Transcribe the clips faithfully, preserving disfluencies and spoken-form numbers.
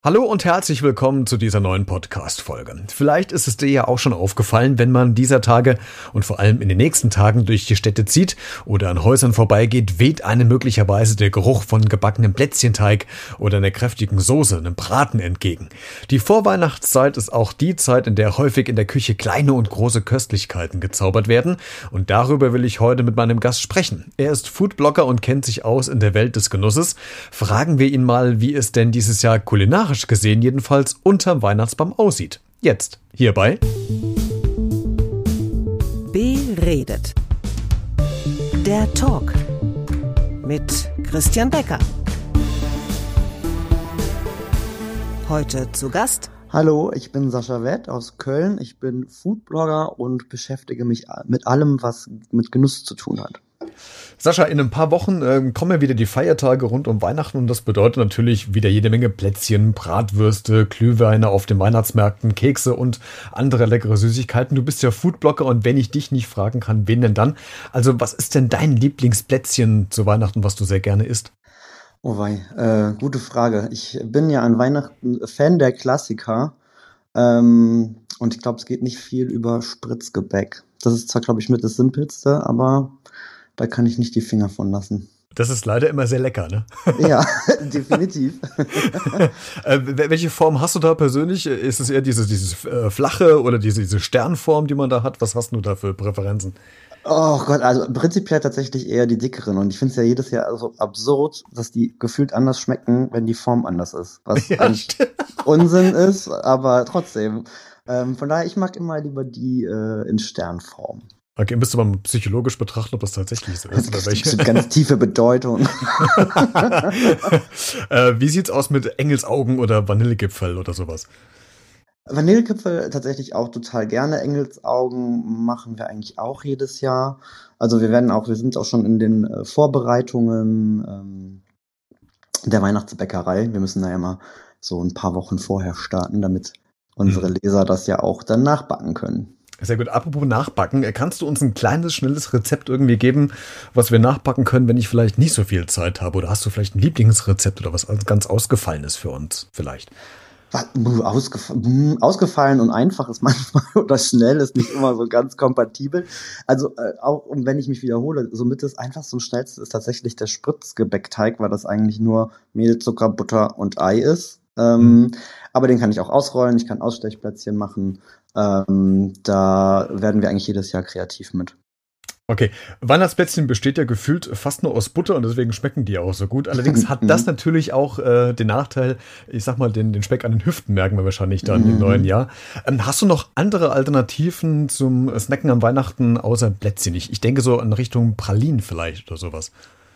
Hallo und herzlich willkommen zu dieser neuen Podcast-Folge. Vielleicht ist es dir ja auch schon aufgefallen, wenn man dieser Tage und vor allem in den nächsten Tagen durch die Städte zieht oder an Häusern vorbeigeht, weht einem möglicherweise der Geruch von gebackenem Plätzchenteig oder einer kräftigen Soße, einem Braten entgegen. Die Vorweihnachtszeit ist auch die Zeit, in der häufig in der Küche kleine und große Köstlichkeiten gezaubert werden, und darüber will ich heute mit meinem Gast sprechen. Er ist Foodblogger und kennt sich aus in der Welt des Genusses. Fragen wir ihn mal, wie es denn dieses Jahr kulinarisch gesehen jedenfalls unterm Weihnachtsbaum aussieht. Jetzt, hierbei Beredet. Der Talk mit Christian Becker. Heute zu Gast. Hallo, ich bin Sascha Wett aus Köln. Ich bin Foodblogger und beschäftige mich mit allem, was mit Genuss zu tun hat. Sascha, in ein paar Wochen äh, kommen ja wieder die Feiertage rund um Weihnachten, und das bedeutet natürlich wieder jede Menge Plätzchen, Bratwürste, Glühweine auf den Weihnachtsmärkten, Kekse und andere leckere Süßigkeiten. Du bist ja Foodblogger, und wenn ich dich nicht fragen kann, wen denn dann? Also was ist denn dein Lieblingsplätzchen zu Weihnachten, was du sehr gerne isst? Oh wei, äh, gute Frage. Ich bin ja an Weihnachten Fan der Klassiker, ähm, und ich glaube, es geht nicht viel über Spritzgebäck. Das ist zwar, glaube ich, mit das Simpelste, aber da kann ich nicht die Finger von lassen. Das ist leider immer sehr lecker, ne? Ja, definitiv. äh, welche Form hast du da persönlich? Ist es eher dieses, dieses äh, flache oder diese, diese Sternform, die man da hat? Was hast du da für Präferenzen? Oh Gott, also prinzipiell tatsächlich eher die dickeren. Und ich finde es ja jedes Jahr so absurd, dass die gefühlt anders schmecken, wenn die Form anders ist. Was ja, eigentlich stimmt. Unsinn ist, aber trotzdem. Ähm, von daher, ich mag immer lieber die äh, in Sternform. Okay, müsste man psychologisch betrachten, ob das tatsächlich so ist. Das ist eine ganz tiefe Bedeutung. äh, wie sieht's aus mit Engelsaugen oder Vanillegipfel oder sowas? Vanillegipfel tatsächlich auch total gerne. Engelsaugen machen wir eigentlich auch jedes Jahr. Also wir werden auch, wir sind auch schon in den äh, Vorbereitungen ähm, der Weihnachtsbäckerei. Wir müssen da ja mal so ein paar Wochen vorher starten, damit unsere hm. Leser das ja auch dann nachbacken können. Sehr gut. Apropos Nachbacken, kannst du uns ein kleines, schnelles Rezept irgendwie geben, was wir nachbacken können, wenn ich vielleicht nicht so viel Zeit habe? Oder hast du vielleicht ein Lieblingsrezept oder was ganz Ausgefallenes für uns vielleicht? Ausgef- ausgefallen und einfach ist manchmal oder schnell ist nicht immer so ganz kompatibel. Also äh, auch um wenn ich mich wiederhole, somit das einfachste und schnellste ist tatsächlich der Spritzgebäckteig, weil das eigentlich nur Mehl, Zucker, Butter und Ei ist. Ähm, mhm. Aber den kann ich auch ausrollen, ich kann Ausstechplätzchen machen. Ähm, da werden wir eigentlich jedes Jahr kreativ mit. Okay, Weihnachtsplätzchen besteht ja gefühlt fast nur aus Butter, und deswegen schmecken die auch so gut. Allerdings hat das natürlich auch äh, den Nachteil, ich sag mal, den, den Speck an den Hüften merken wir wahrscheinlich dann im neuen Jahr. Ähm, hast du noch andere Alternativen zum Snacken an Weihnachten außer Plätzchen? Ich, ich denke so in Richtung Pralinen vielleicht oder sowas.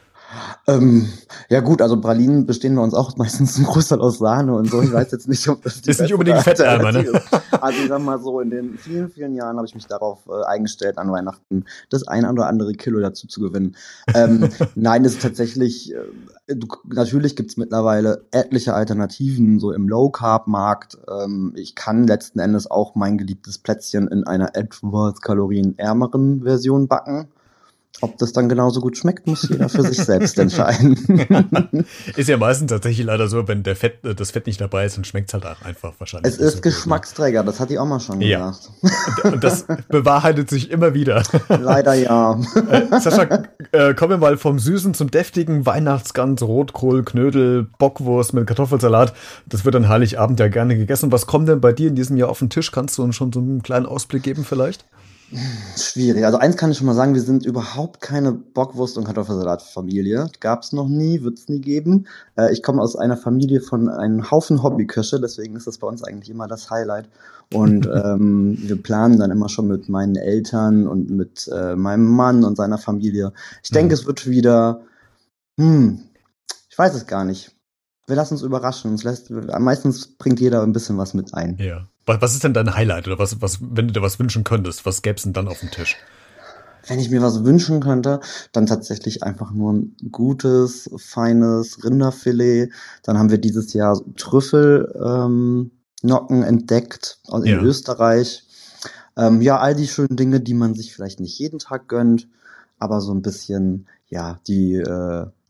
Ähm, ja gut, also Pralinen bestehen bei uns auch meistens zum Großteil aus Sahne und so. Ich weiß jetzt nicht, ob das die ist nicht unbedingt Fettärmer, ne? Also ich sag mal so, in den vielen, vielen Jahren habe ich mich darauf äh, eingestellt, an Weihnachten das ein oder andere Kilo dazu zu gewinnen. Ähm, nein, es ist tatsächlich, äh, du, natürlich gibt's mittlerweile etliche Alternativen, so im Low-Carb-Markt. Ähm, ich kann letzten Endes auch mein geliebtes Plätzchen in einer etwas kalorienärmeren Version backen. Ob das dann genauso gut schmeckt, muss jeder für sich selbst entscheiden. Ist ja meistens tatsächlich leider so, wenn der Fett, das Fett nicht dabei ist, dann schmeckt es halt auch einfach wahrscheinlich. Es ist so Geschmacksträger, gut, ne? Das hat die Oma schon ja. gesagt. Und das bewahrheitet sich immer wieder. Leider ja. Äh, Sascha, äh, kommen wir mal vom Süßen zum Deftigen. Weihnachtsgans, Rotkohl, Knödel, Bockwurst mit Kartoffelsalat. Das wird an Heiligabend ja gerne gegessen. Was kommt denn bei dir in diesem Jahr auf den Tisch? Kannst du uns schon so einen kleinen Ausblick geben vielleicht? Schwierig. Also eins kann ich schon mal sagen, wir sind überhaupt keine Bockwurst- und Kartoffelsalat-Familie. Gab's noch nie, wird's nie geben. Äh, ich komme aus einer Familie von einem Haufen Hobbyköche, deswegen ist das bei uns eigentlich immer das Highlight. Und ähm, wir planen dann immer schon mit meinen Eltern und mit äh, meinem Mann und seiner Familie. Ich denke, mhm. es wird wieder, hm, ich weiß es gar nicht. Wir lassen uns überraschen. Uns lässt, meistens bringt jeder ein bisschen was mit ein. Ja. Was, was ist denn dein Highlight? Oder was, was, wenn du dir was wünschen könntest, was gäbe es denn dann auf dem Tisch? Wenn ich mir was wünschen könnte, dann tatsächlich einfach nur ein gutes, feines Rinderfilet. Dann haben wir dieses Jahr Trüffelnocken ähm, entdeckt in ja. Österreich. Ähm, ja, all die schönen Dinge, die man sich vielleicht nicht jeden Tag gönnt, aber so ein bisschen, ja, die äh,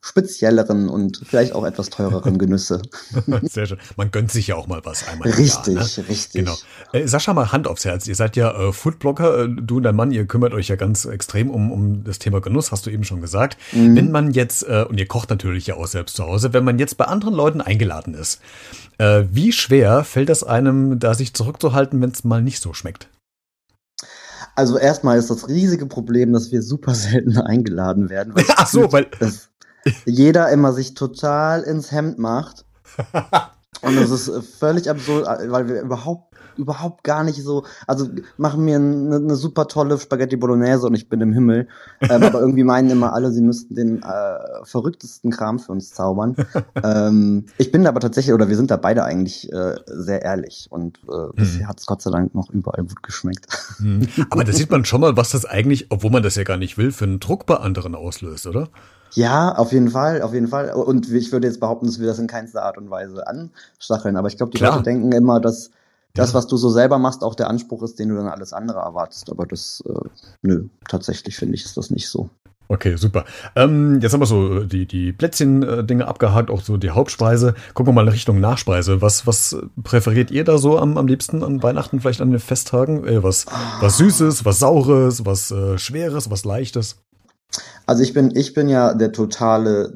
spezielleren und vielleicht auch etwas teureren Genüsse. Sehr schön. Man gönnt sich ja auch mal was einmal im Richtig, Jahr, ne? richtig. Genau. Äh, Sascha, mal Hand aufs Herz. Ihr seid ja äh, Foodblogger. Äh, du und dein Mann, ihr kümmert euch ja ganz extrem um, um das Thema Genuss, hast du eben schon gesagt. Mhm. Wenn man jetzt, äh, und ihr kocht natürlich ja auch selbst zu Hause, wenn man jetzt bei anderen Leuten eingeladen ist, äh, wie schwer fällt es einem, da sich zurückzuhalten, wenn es mal nicht so schmeckt? Also erstmal ist das riesige Problem, dass wir super selten eingeladen werden. Weil Ach so, weil dass jeder immer sich total ins Hemd macht. Und das ist völlig absurd, weil wir überhaupt überhaupt gar nicht so, also machen mir eine, eine super tolle Spaghetti Bolognese und ich bin im Himmel, ähm, aber irgendwie meinen immer alle, sie müssten den äh, verrücktesten Kram für uns zaubern. ähm, ich bin aber tatsächlich, oder wir sind da beide eigentlich äh, sehr ehrlich und äh, bisher Hm. hat es Gott sei Dank noch überall gut geschmeckt. Hm. Aber da sieht man schon mal, was das eigentlich, obwohl man das ja gar nicht will, für einen Druck bei anderen auslöst, oder? Ja, auf jeden Fall, auf jeden Fall. Und ich würde jetzt behaupten, dass wir das in keinster Art und Weise anstacheln. Aber ich glaube, die Klar. Leute denken immer, dass das, Ja. was du so selber machst, auch der Anspruch ist, den du dann alles andere erwartest. Aber das, äh, nö, tatsächlich finde ich, ist das nicht so. Okay, super. Ähm, jetzt haben wir so die, die Plätzchen-Dinge abgehakt, auch so die Hauptspeise. Gucken wir mal in Richtung Nachspeise. Was, was präferiert ihr da so am, am liebsten an Weihnachten, vielleicht an den Festtagen? Äh, was, was Süßes, was Saures, was äh, Schweres, was Leichtes? Also ich bin, ich bin ja der totale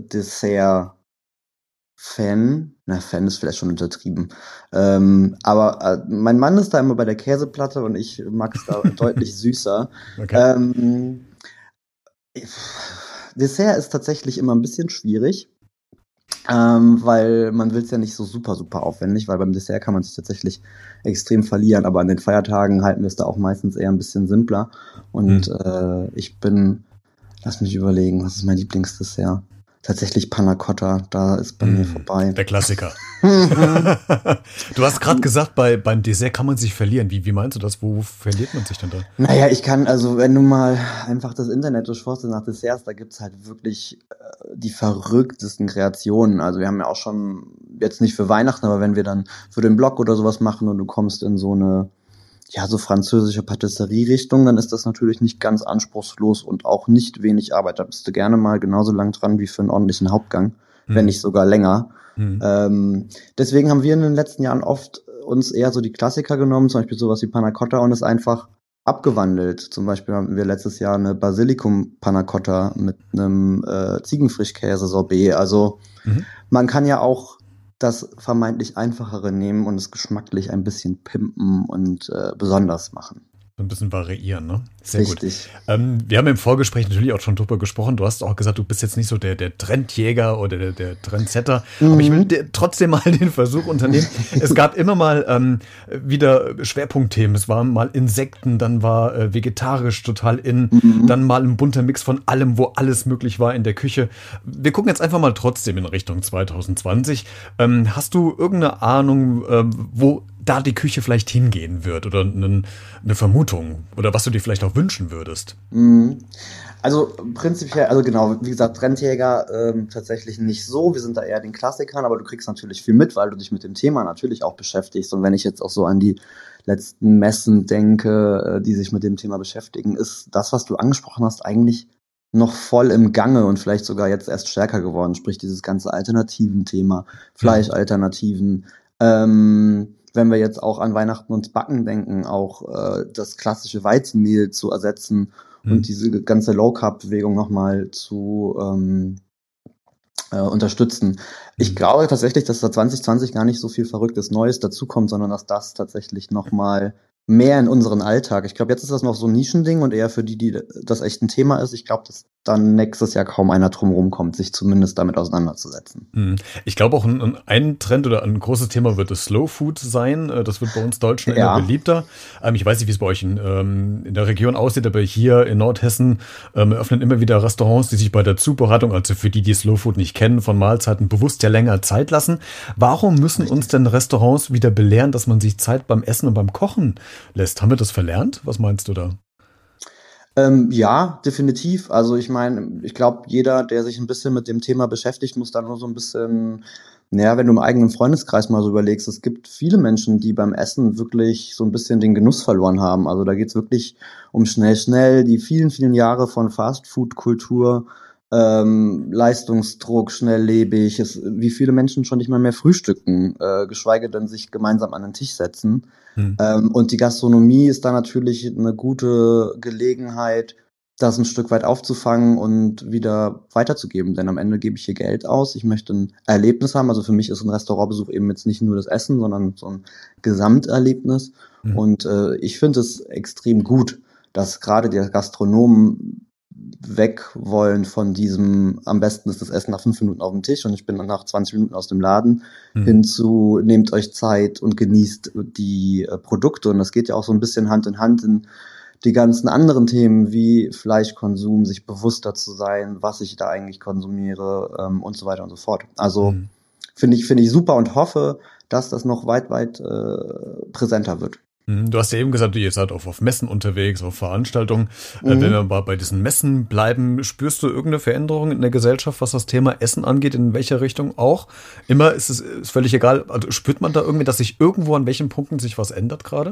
Dessert-Fan. Na, Fan ist vielleicht schon untertrieben. Ähm, aber äh, mein Mann ist da immer bei der Käseplatte und ich mag es da deutlich süßer. Okay. Ähm, Dessert ist tatsächlich immer ein bisschen schwierig, ähm, weil man will es ja nicht so super, super aufwendig, weil beim Dessert kann man sich tatsächlich extrem verlieren, aber an den Feiertagen halten wir es da auch meistens eher ein bisschen simpler. Und Hm. äh, ich bin, lass mich überlegen, was ist mein Lieblingsdessert? Tatsächlich Panna Cotta, da ist bei mir Hm, vorbei. Der Klassiker. Du hast gerade gesagt, bei, beim Dessert kann man sich verlieren. Wie, wie meinst du das? Wo verliert man sich denn da? Naja, ich kann, also wenn du mal einfach das Internet durchforstest nach Desserts, da gibt's halt wirklich äh, die verrücktesten Kreationen. Also wir haben ja auch schon, jetzt nicht für Weihnachten, aber wenn wir dann für den Blog oder sowas machen und du kommst in so eine, ja, so französische Patisserie-Richtung, dann ist das natürlich nicht ganz anspruchslos und auch nicht wenig Arbeit. Da bist du gerne mal genauso lang dran wie für einen ordentlichen Hauptgang, Hm. wenn nicht sogar länger. Hm. Ähm, deswegen haben wir in den letzten Jahren oft uns eher so die Klassiker genommen, zum Beispiel sowas wie Panna Cotta und es einfach abgewandelt. Zum Beispiel haben wir letztes Jahr eine Basilikum Panna Cotta mit einem äh, Ziegenfrischkäse-Sorbet. Also Mhm. man kann ja auch das vermeintlich Einfachere nehmen und es geschmacklich ein bisschen pimpen und äh, besonders machen. So ein bisschen variieren, ne? Sehr Richtig. gut. Ähm, wir haben im Vorgespräch natürlich auch schon drüber gesprochen. Du hast auch gesagt, du bist jetzt nicht so der, der Trendjäger oder der, der Trendsetter. Mhm. Aber ich will dir trotzdem mal den Versuch unternehmen. Es gab immer mal ähm, wieder Schwerpunktthemen. Es waren mal Insekten, dann war äh, vegetarisch total in, Mhm. dann mal ein bunter Mix von allem, wo alles möglich war in der Küche. Wir gucken jetzt einfach mal trotzdem in Richtung zwanzig zwanzig. Ähm, hast du irgendeine Ahnung, ähm, wo da die Küche vielleicht hingehen wird oder eine, eine Vermutung oder was du dir vielleicht auch wünschen würdest? Mhm. Also prinzipiell, also genau, wie gesagt, Trendjäger ähm, tatsächlich nicht so. Wir sind da eher den Klassikern, aber du kriegst natürlich viel mit, weil du dich mit dem Thema natürlich auch beschäftigst. Und wenn ich jetzt auch so an die letzten Messen denke, äh, die sich mit dem Thema beschäftigen, ist das, was du angesprochen hast, eigentlich noch voll im Gange und vielleicht sogar jetzt erst stärker geworden. Sprich, dieses ganze Alternativen-Thema, Fleischalternativen. Ähm, wenn wir jetzt auch an Weihnachten und Backen denken, auch äh, das klassische Weizenmehl zu ersetzen Mhm. und diese ganze Low-Carb-Bewegung nochmal zu ähm, äh, unterstützen. Ich Mhm. glaube tatsächlich, dass da zwanzig zwanzig gar nicht so viel Verrücktes Neues dazukommt, sondern dass das tatsächlich nochmal mehr in unseren Alltag. Ich glaube, jetzt ist das noch so ein Nischending und eher für die, die das echt ein Thema ist. Ich glaube, dass dann nächstes Jahr kaum einer drum rumkommt, sich zumindest damit auseinanderzusetzen. Hm. Ich glaube auch ein, ein Trend oder ein großes Thema wird das Slow Food sein. Äh, Das wird bei uns Deutschen Ja. immer beliebter. Ähm, Ich weiß nicht, wie es bei euch in, ähm, in der Region aussieht, aber hier in Nordhessen ähm, öffnen immer wieder Restaurants, die sich bei der Zubereitung, also für die, die Slow Food nicht kennen, von Mahlzeiten bewusst ja länger Zeit lassen. Warum müssen uns denn Restaurants wieder belehren, dass man sich Zeit beim Essen und beim Kochen lässt? Haben wir das verlernt? Was meinst du da? Ähm, ja, definitiv. Also ich meine, ich glaube, jeder, der sich ein bisschen mit dem Thema beschäftigt, muss da nur so ein bisschen, naja, wenn du im eigenen Freundeskreis mal so überlegst, es gibt viele Menschen, die beim Essen wirklich so ein bisschen den Genuss verloren haben. Also da geht's wirklich um schnell, schnell, die vielen, vielen Jahre von Fast-Food-Kultur, ähm, Leistungsdruck, schnelllebig, es, wie viele Menschen schon nicht mal mehr frühstücken, äh, geschweige denn sich gemeinsam an den Tisch setzen. Hm. Ähm, und die Gastronomie ist da natürlich eine gute Gelegenheit, das ein Stück weit aufzufangen und wieder weiterzugeben. Denn am Ende gebe ich hier Geld aus. Ich möchte ein Erlebnis haben. Also für mich ist ein Restaurantbesuch eben jetzt nicht nur das Essen, sondern so ein Gesamterlebnis. Mhm. Und äh, ich finde es extrem gut, dass gerade die Gastronomen weg wollen von diesem, am besten ist das Essen nach fünf Minuten auf dem Tisch und ich bin dann nach zwanzig Minuten aus dem Laden, mhm. hin zu, nehmt euch Zeit und genießt die äh, Produkte. Und das geht ja auch so ein bisschen Hand in Hand in die ganzen anderen Themen wie Fleischkonsum, sich bewusster zu sein, was ich da eigentlich konsumiere ähm, und so weiter und so fort. Also mhm. finde ich finde ich super und hoffe, dass das noch weit, weit äh, präsenter wird. Du hast ja eben gesagt, ihr seid auch auf Messen unterwegs, auf Veranstaltungen. Mhm. Wenn wir mal bei diesen Messen bleiben, spürst du irgendeine Veränderung in der Gesellschaft, was das Thema Essen angeht, in welcher Richtung auch? Immer ist es ist völlig egal. Also spürt man da irgendwie, dass sich irgendwo an welchen Punkten sich was ändert gerade?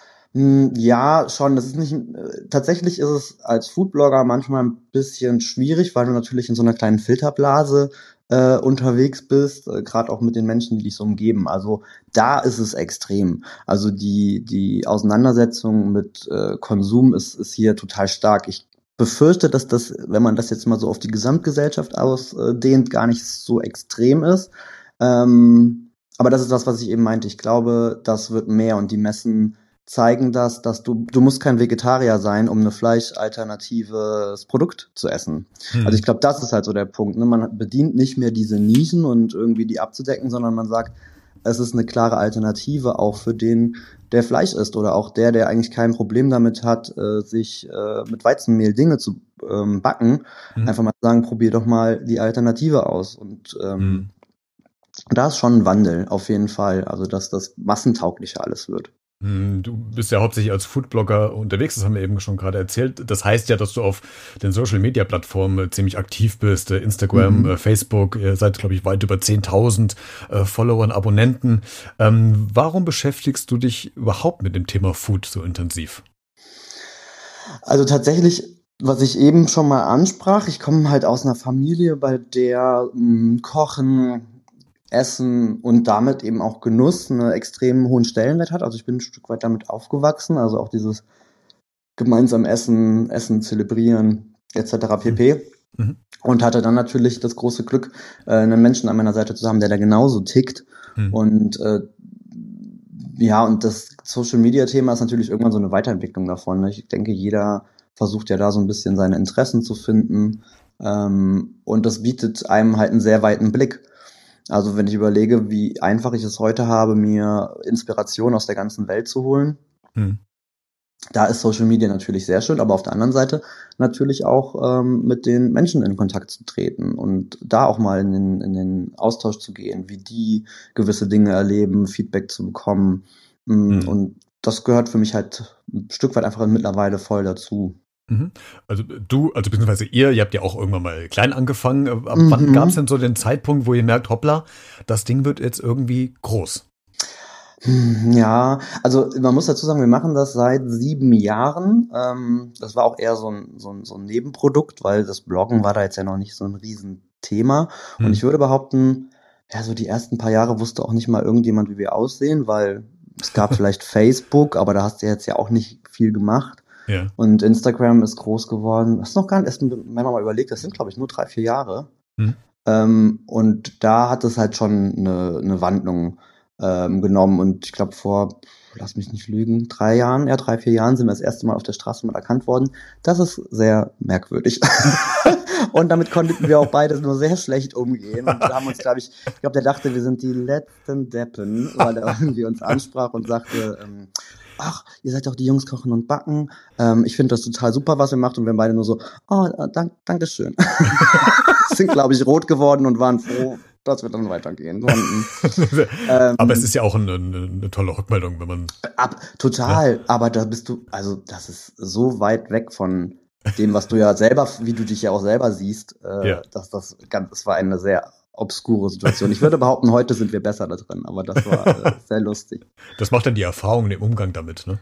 Ja, schon. Das ist nicht, tatsächlich ist es als Foodblogger manchmal ein bisschen schwierig, weil du natürlich in so einer kleinen Filterblase äh, unterwegs bist, äh, gerade auch mit den Menschen, die dich so umgeben. Also da ist es extrem. Also die, die Auseinandersetzung mit äh, Konsum ist, ist hier total stark. Ich befürchte, dass das, wenn man das jetzt mal so auf die Gesamtgesellschaft ausdehnt, gar nicht so extrem ist. Ähm, aber das ist das, was ich eben meinte. Ich glaube, das wird mehr und die Messen zeigen das, dass du, du musst kein Vegetarier sein, um eine fleischalternatives Produkt zu essen. Hm. Also ich glaube, das ist halt so der Punkt. Ne? Man bedient nicht mehr diese Nischen und irgendwie die abzudecken, sondern man sagt, es ist eine klare Alternative auch für den, der Fleisch isst oder auch der, der eigentlich kein Problem damit hat, äh, sich äh, mit Weizenmehl Dinge zu ähm, backen. Hm. Einfach mal sagen, probier doch mal die Alternative aus. Und ähm, hm. da ist schon ein Wandel, auf jeden Fall. Also dass das massentauglicher alles wird. Du bist ja hauptsächlich als Foodblogger unterwegs, das haben wir eben schon gerade erzählt. Das heißt ja, dass du auf den Social-Media-Plattformen ziemlich aktiv bist. Instagram, mhm. Facebook, ihr seid, glaube ich, weit über zehntausend äh, Follower und Abonnenten. Ähm, warum beschäftigst du dich überhaupt mit dem Thema Food so intensiv? Also tatsächlich, was ich eben schon mal ansprach, ich komme halt aus einer Familie, bei der mh, Kochen, Essen und damit eben auch Genuss einen extrem hohen Stellenwert hat. Also ich bin ein Stück weit damit aufgewachsen, also auch dieses gemeinsam Essen, Essen zelebrieren et cetera pp. Mhm. Und hatte dann natürlich das große Glück, einen Menschen an meiner Seite zu haben, der da genauso tickt. Mhm. Und äh, ja, und das Social-Media-Thema ist natürlich irgendwann so eine Weiterentwicklung davon. Ich denke, jeder versucht ja da so ein bisschen seine Interessen zu finden. Ähm, und das bietet einem halt einen sehr weiten Blick. Also wenn ich überlege, wie einfach ich es heute habe, mir Inspiration aus der ganzen Welt zu holen, hm. da ist Social Media natürlich sehr schön, aber auf der anderen Seite natürlich auch ähm, mit den Menschen in Kontakt zu treten und da auch mal in den, in den Austausch zu gehen, wie die gewisse Dinge erleben, Feedback zu bekommen. Hm. Und das gehört für mich halt ein Stück weit einfach mittlerweile voll dazu. Also du, also beziehungsweise ihr, ihr habt ja auch irgendwann mal klein angefangen. Ab mhm. wann gab es denn so den Zeitpunkt, wo ihr merkt, hoppla, das Ding wird jetzt irgendwie groß? Ja, also man muss dazu sagen, wir machen das seit sieben Jahren. Ähm, das war auch eher so ein, so, ein, so ein Nebenprodukt, weil das Bloggen war da jetzt ja noch nicht so ein Riesenthema. Mhm. Und ich würde behaupten, ja, so die ersten paar Jahre wusste auch nicht mal irgendjemand, wie wir aussehen, weil es gab vielleicht Facebook, aber da hast du jetzt ja auch nicht viel gemacht. Ja. Und Instagram ist groß geworden. Das ist noch gar nicht, wenn man mal überlegt, das sind, glaube ich, nur drei, vier Jahre. Hm. Ähm, und da hat es halt schon eine, eine Wandlung ähm, genommen. Und ich glaube, vor, lass mich nicht lügen, drei Jahren, ja, drei, vier Jahren sind wir das erste Mal auf der Straße mal erkannt worden. Das ist sehr merkwürdig. Und damit konnten wir auch beide nur sehr schlecht umgehen. Und wir haben uns, glaube ich, ich glaube, der dachte, wir sind die letzten Deppen, weil er irgendwie uns ansprach und sagte, ähm, ach, ihr seid doch die Jungs kochen und backen. Ähm, ich finde das total super, was ihr macht. Und wir beide nur so, oh, dank, danke schön. Sind, glaube ich, rot geworden und waren froh, dass wir dann weitergehen konnten. ähm, aber es ist ja auch eine, eine, eine tolle Rückmeldung, wenn man... Ab, total, ja. Aber da bist du, also das ist so weit weg von dem, was du ja selber, wie du dich ja auch selber siehst, äh, ja. dass das ganz, das war eine sehr obskure Situation. Ich würde behaupten, heute sind wir besser da drin, aber das war äh, sehr lustig. Das macht dann die Erfahrung, den Umgang damit, ne?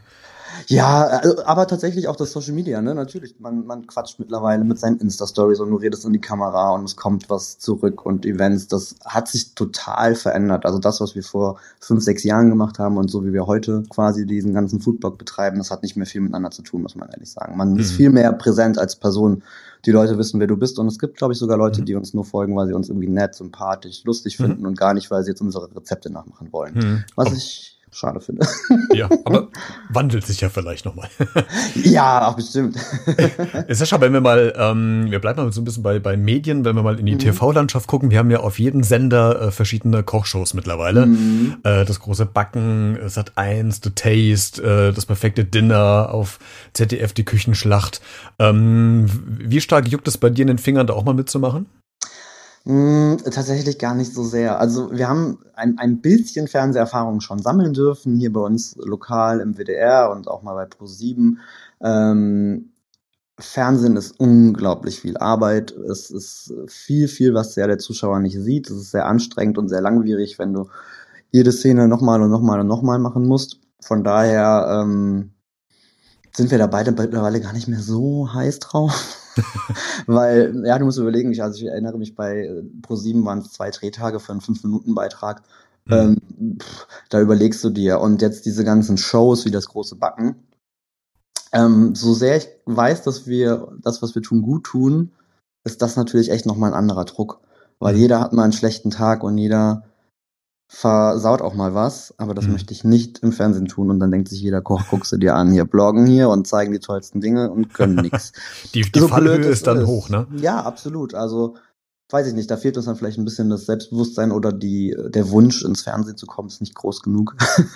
Ja, also, aber tatsächlich auch das Social Media, ne? Natürlich, man, man quatscht mittlerweile mit seinen Insta-Stories und du redest in die Kamera und es kommt was zurück und Events, das hat sich total verändert. Also das, was wir vor fünf, sechs Jahren gemacht haben und so wie wir heute quasi diesen ganzen Foodblog betreiben, das hat nicht mehr viel miteinander zu tun, muss man ehrlich sagen. Man mhm. ist viel mehr präsent als Person. Die Leute wissen, wer du bist und es gibt, glaube ich, sogar Leute, mhm. die uns nur folgen, weil sie uns irgendwie nett, sympathisch, lustig finden mhm. und gar nicht, weil sie jetzt unsere Rezepte nachmachen wollen. Mhm. Was ich schade finde. Ja, aber wandelt sich ja vielleicht nochmal. Ja, auch bestimmt. Sascha, wenn wir mal, ähm, wir bleiben mal so ein bisschen bei, bei Medien, wenn wir mal in die mhm. T V-Landschaft gucken, wir haben ja auf jedem Sender äh, verschiedene Kochshows mittlerweile. Mhm. Äh, das große Backen, Sat eins, The Taste, äh, das perfekte Dinner, auf Z D F die Küchenschlacht. Ähm, wie stark juckt es bei dir in den Fingern, da auch mal mitzumachen? Mm, tatsächlich gar nicht so sehr. Also wir haben ein, ein bisschen Fernseherfahrung schon sammeln dürfen, hier bei uns lokal im W D R und auch mal bei ProSieben. Ähm, Fernsehen ist unglaublich viel Arbeit. Es ist viel, viel, was ja der Zuschauer nicht sieht. Es ist sehr anstrengend und sehr langwierig, wenn du jede Szene nochmal und nochmal und nochmal machen musst. Von daher ähm, sind wir da beide mittlerweile gar nicht mehr so heiß drauf. Weil, ja, du musst überlegen, ich, also ich erinnere mich, bei ProSieben waren es zwei Drehtage für einen fünf Minuten Beitrag. Mhm. Ähm, pff, da überlegst du dir. Und jetzt diese ganzen Shows wie das große Backen. Ähm, so sehr ich weiß, dass wir das, was wir tun, gut tun, ist das natürlich echt nochmal ein anderer Druck. Weil mhm. jeder hat mal einen schlechten Tag und jeder versaut auch mal was, aber das mhm. möchte ich nicht im Fernsehen tun und dann denkt sich jeder, Koch, guckst du dir an, hier bloggen hier und zeigen die tollsten Dinge und können nichts. Die, die so Fallhöhe ist dann ist. hoch, ne? Ja, absolut. Also, weiß ich nicht, da fehlt uns dann vielleicht ein bisschen das Selbstbewusstsein oder die der Wunsch, ins Fernsehen zu kommen, ist nicht groß genug.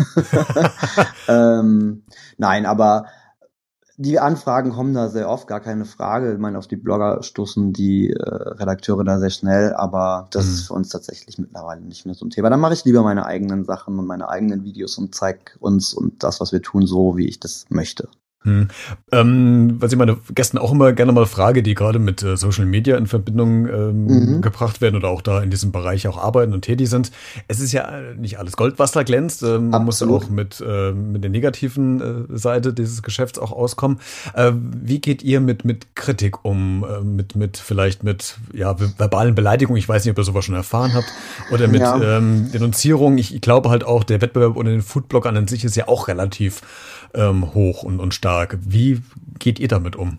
ähm, nein, aber die Anfragen kommen da sehr oft, gar keine Frage. Ich meine, auf die Blogger stoßen die äh, Redakteure da sehr schnell, aber das mhm. ist für uns tatsächlich mittlerweile nicht mehr so ein Thema. Dann mache ich lieber meine eigenen Sachen und meine eigenen Videos und zeige uns und das, was wir tun, so, wie ich das möchte. Hm. Ähm, was ich meine Gästen auch immer gerne mal frage, die gerade mit äh, Social Media in Verbindung ähm, mhm. gebracht werden oder auch da in diesem Bereich auch arbeiten und tätig sind. Es ist ja nicht alles Gold, was da glänzt. Ähm, man muss ja auch mit, äh, mit der negativen äh, Seite dieses Geschäfts auch auskommen. Äh, wie geht ihr mit, mit Kritik um? Äh, mit, mit vielleicht mit ja, verbalen Beleidigungen? Ich weiß nicht, ob ihr sowas schon erfahren habt. Oder mit ja. ähm, Denunzierung. Ich, ich glaube halt auch, der Wettbewerb unter den Foodbloggern an sich ist ja auch relativ ähm, hoch und, und stark. Wie geht ihr damit um?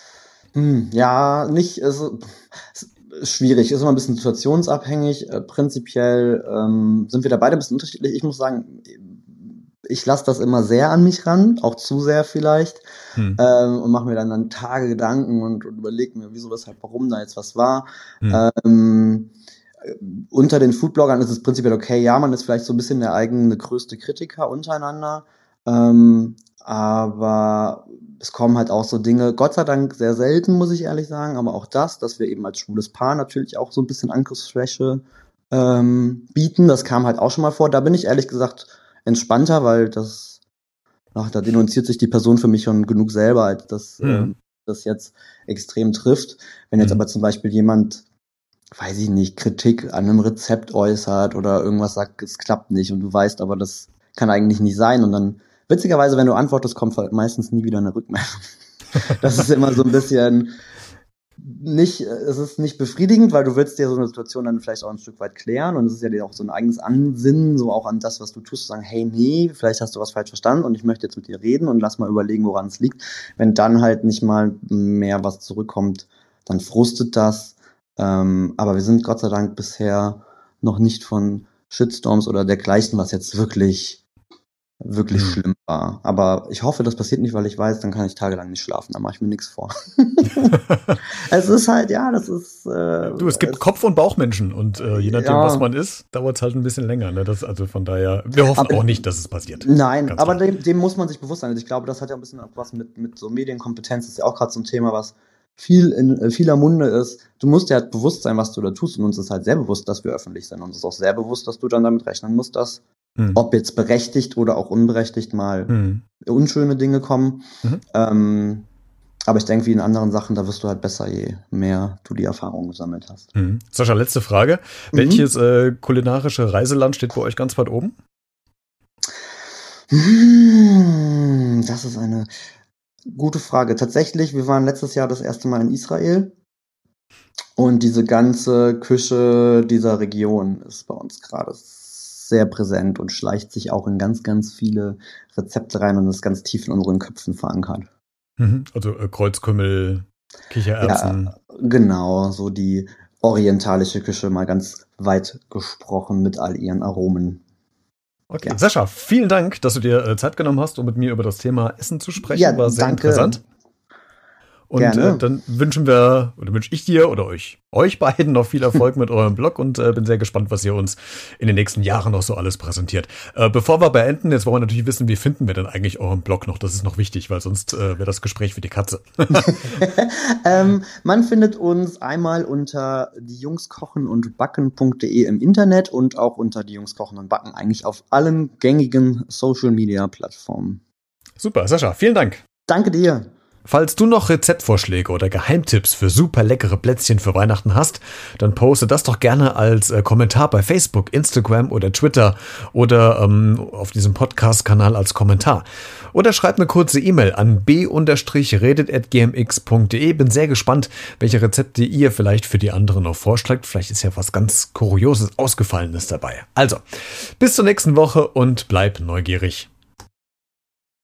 Hm, ja, nicht, also, ist schwierig, ist immer ein bisschen situationsabhängig. Äh, prinzipiell ähm, sind wir da beide ein bisschen unterschiedlich. Ich muss sagen, ich lasse das immer sehr an mich ran, auch zu sehr vielleicht, hm. ähm, und mache mir dann, dann Tage Gedanken und, und überlege mir, wieso, weshalb, warum da jetzt was war. Hm. Ähm, unter den Foodbloggern ist es prinzipiell okay, ja, man ist vielleicht so ein bisschen der eigene größte Kritiker untereinander, ähm, aber es kommen halt auch so Dinge, Gott sei Dank sehr selten, muss ich ehrlich sagen, aber auch das, dass wir eben als schwules Paar natürlich auch so ein bisschen Angriffsfläche ähm, bieten, das kam halt auch schon mal vor. Da bin ich ehrlich gesagt entspannter, weil das, ach, da denunziert sich die Person für mich schon genug selber, als dass mhm. ähm, das jetzt extrem trifft. Wenn jetzt mhm. aber zum Beispiel jemand, weiß ich nicht, Kritik an einem Rezept äußert oder irgendwas sagt, es klappt nicht und du weißt aber, das kann eigentlich nicht sein und dann witzigerweise, wenn du antwortest, kommt halt meistens nie wieder eine Rückmeldung. Das ist immer so ein bisschen nicht, es ist nicht befriedigend, weil du willst dir so eine Situation dann vielleicht auch ein Stück weit klären und es ist ja dir auch so ein eigenes Ansinnen, so auch an das, was du tust, zu sagen, hey, nee, vielleicht hast du was falsch verstanden und ich möchte jetzt mit dir reden und lass mal überlegen, woran es liegt. Wenn dann halt nicht mal mehr was zurückkommt, dann frustet das. Ähm, aber wir sind Gott sei Dank bisher noch nicht von Shitstorms oder dergleichen, was jetzt wirklich wirklich mhm. schlimm war. Aber ich hoffe, das passiert nicht, weil ich weiß, dann kann ich tagelang nicht schlafen. Da mache ich mir nichts vor. Es ist halt, ja, das ist... Äh, du, es gibt es, Kopf- und Bauchmenschen und äh, je nachdem, ja. was man ist, dauert es halt ein bisschen länger. Ne? Das, also von daher, wir hoffen aber, auch nicht, dass es passiert. Nein, Ganz aber dem, dem muss man sich bewusst sein. Also ich glaube, das hat ja ein bisschen was mit, mit so Medienkompetenz. Das ist ja auch gerade so ein Thema, was viel in äh, vieler Munde ist. Du musst dir halt bewusst sein, was du da tust. Und uns ist halt sehr bewusst, dass wir öffentlich sind. Und es ist auch sehr bewusst, dass du dann damit rechnen musst, dass Hm. ob jetzt berechtigt oder auch unberechtigt mal hm. unschöne Dinge kommen. Mhm. Ähm, aber ich denke, wie in anderen Sachen, da wirst du halt besser, je mehr du die Erfahrung gesammelt hast. Mhm. Sascha, letzte Frage. Mhm. Welches äh, kulinarische Reiseland steht bei euch ganz weit oben? Mmh, Das ist eine gute Frage. Tatsächlich, wir waren letztes Jahr das erste Mal in Israel. Und diese ganze Küche dieser Region ist bei uns gerade sehr präsent und schleicht sich auch in ganz, ganz viele Rezepte rein und ist ganz tief in unseren Köpfen verankert. Also äh, Kreuzkümmel, Kichererbsen. Ja, genau, so die orientalische Küche mal ganz weit gesprochen mit all ihren Aromen. Okay, Ja. Sascha, vielen Dank, dass du dir äh, Zeit genommen hast, um mit mir über das Thema Essen zu sprechen. Ja, War sehr danke. interessant. Und äh, dann wünschen wir, oder wünsche ich dir oder euch, euch beiden noch viel Erfolg mit eurem Blog und äh, bin sehr gespannt, was ihr uns in den nächsten Jahren noch so alles präsentiert. Äh, bevor wir beenden, jetzt wollen wir natürlich wissen, wie finden wir denn eigentlich euren Blog noch? Das ist noch wichtig, weil sonst äh, wäre das Gespräch für die Katze. ähm, man findet uns einmal unter die jungs kochen und backen punkt de im Internet und auch unter die Jungs kochen und backen eigentlich auf allen gängigen Social-Media-Plattformen. Super, Sascha, vielen Dank. Danke dir. Falls du noch Rezeptvorschläge oder Geheimtipps für super leckere Plätzchen für Weihnachten hast, dann poste das doch gerne als äh, Kommentar bei Facebook, Instagram oder Twitter oder ähm, auf diesem Podcast-Kanal als Kommentar. Oder schreib eine kurze E-Mail an b redet at g m x punkt de. Bin sehr gespannt, welche Rezepte ihr vielleicht für die anderen noch vorschlägt. Vielleicht ist ja was ganz Kurioses, Ausgefallenes dabei. Also, bis zur nächsten Woche und bleib neugierig.